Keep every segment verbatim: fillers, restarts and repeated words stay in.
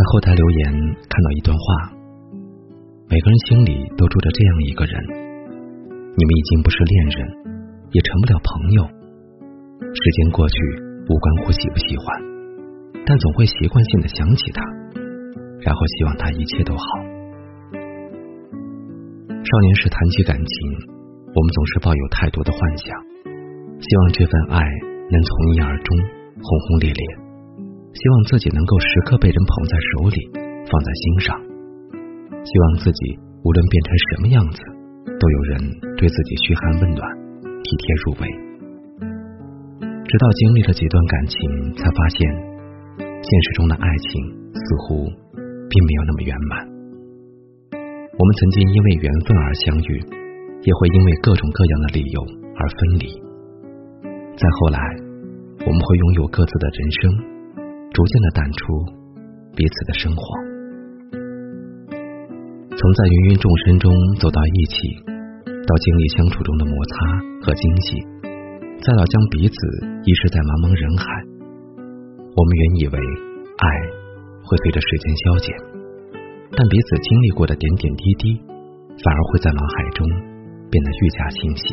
后台留言看到一段话，每个人心里都住着这样一个人，你们已经不是恋人，也成不了朋友。时间过去，无关乎喜不喜欢，但总会习惯性的想起他，然后希望他一切都好。少年时谈起感情，我们总是抱有太多的幻想，希望这份爱能从一而终，轰轰烈烈，希望自己能够时刻被人捧在手里，放在心上，希望自己无论变成什么样子，都有人对自己嘘寒问暖，体贴入微。直到经历了几段感情，才发现现实中的爱情似乎并没有那么圆满。我们曾经因为缘分而相遇，也会因为各种各样的理由而分离。再后来，我们会拥有各自的人生，逐渐的淡出彼此的生活。从在芸芸众生中走到一起，到经历相处中的摩擦和惊喜，再到将彼此遗失在茫茫人海。我们原以为爱会随着时间消减，但彼此经历过的点点滴滴，反而会在脑海中变得愈加清晰。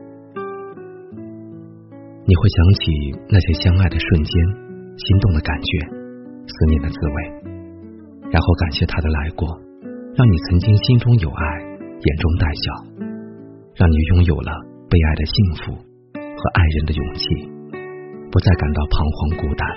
你会想起那些相爱的瞬间，心动的感觉，思念的滋味，然后感谢他的来过，让你曾经心中有爱，眼中带笑，让你拥有了被爱的幸福和爱人的勇气，不再感到彷徨孤单。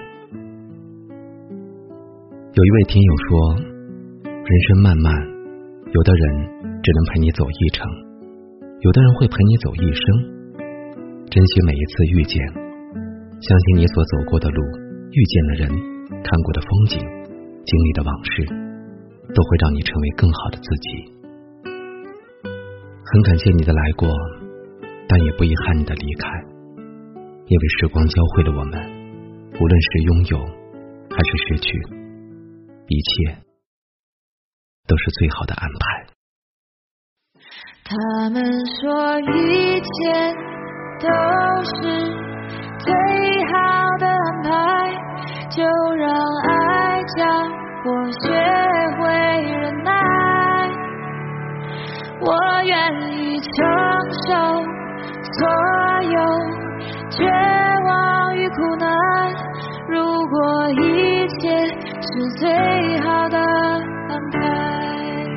有一位听友说，人生漫漫，有的人只能陪你走一程，有的人会陪你走一生。珍惜每一次遇见，相信你所走过的路，遇见的人，看过的风景，经历的往事，都会让你成为更好的自己。很感谢你的来过，但也不遗憾你的离开，因为时光教会了我们，无论是拥有还是失去，一切都是最好的安排。 他们说一切都是最好的安排，就让爱教我学会忍耐，我愿意承受所有绝望与苦难，如果一切是最好的安排，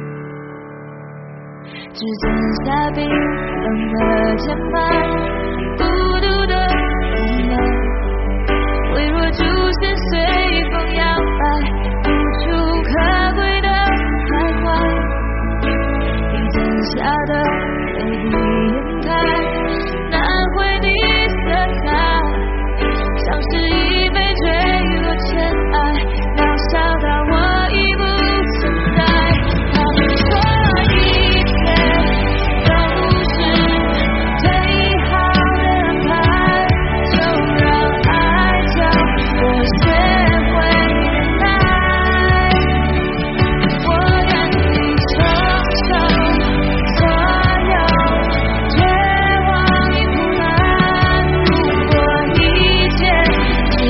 只剩下冰冷的键盘，孤独的我们，微弱出现随风摇摆，无处可归的徘徊，你剪下的泪滴眼台，难回你色彩，像是一杯坠落尘埃，渺小到我已不存在。他们说一切都是最好的安排，就让爱教我学会忍耐，我愿意承受所有绝望与苦难，如果一切是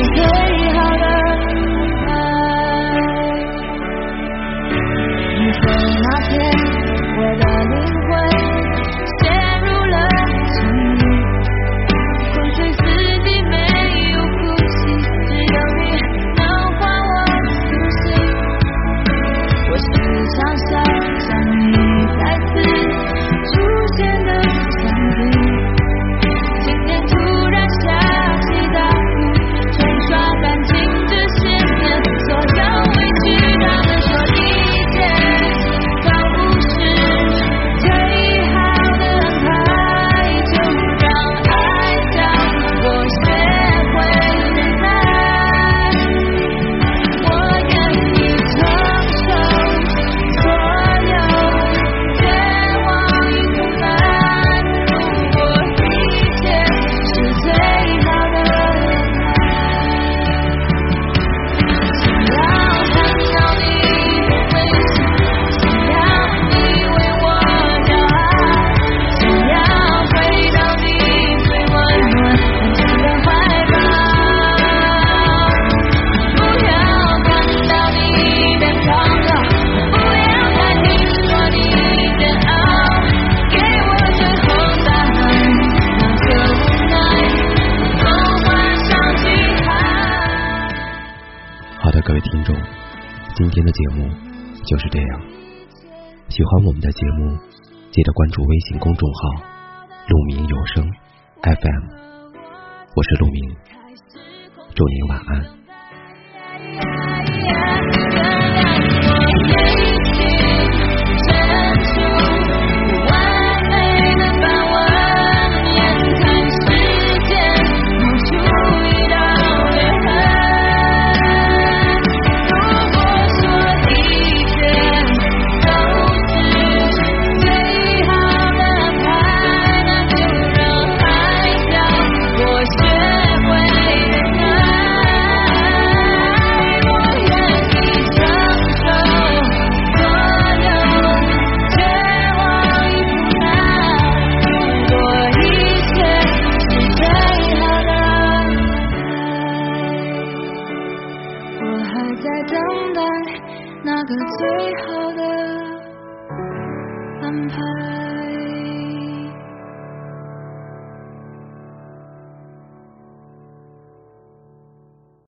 各位听众，今天的节目就是这样。喜欢我们的节目，记得关注微信公众号鹿鸣有声 F M， 我是鹿鸣，祝您晚安。 在等待那个最好的安排。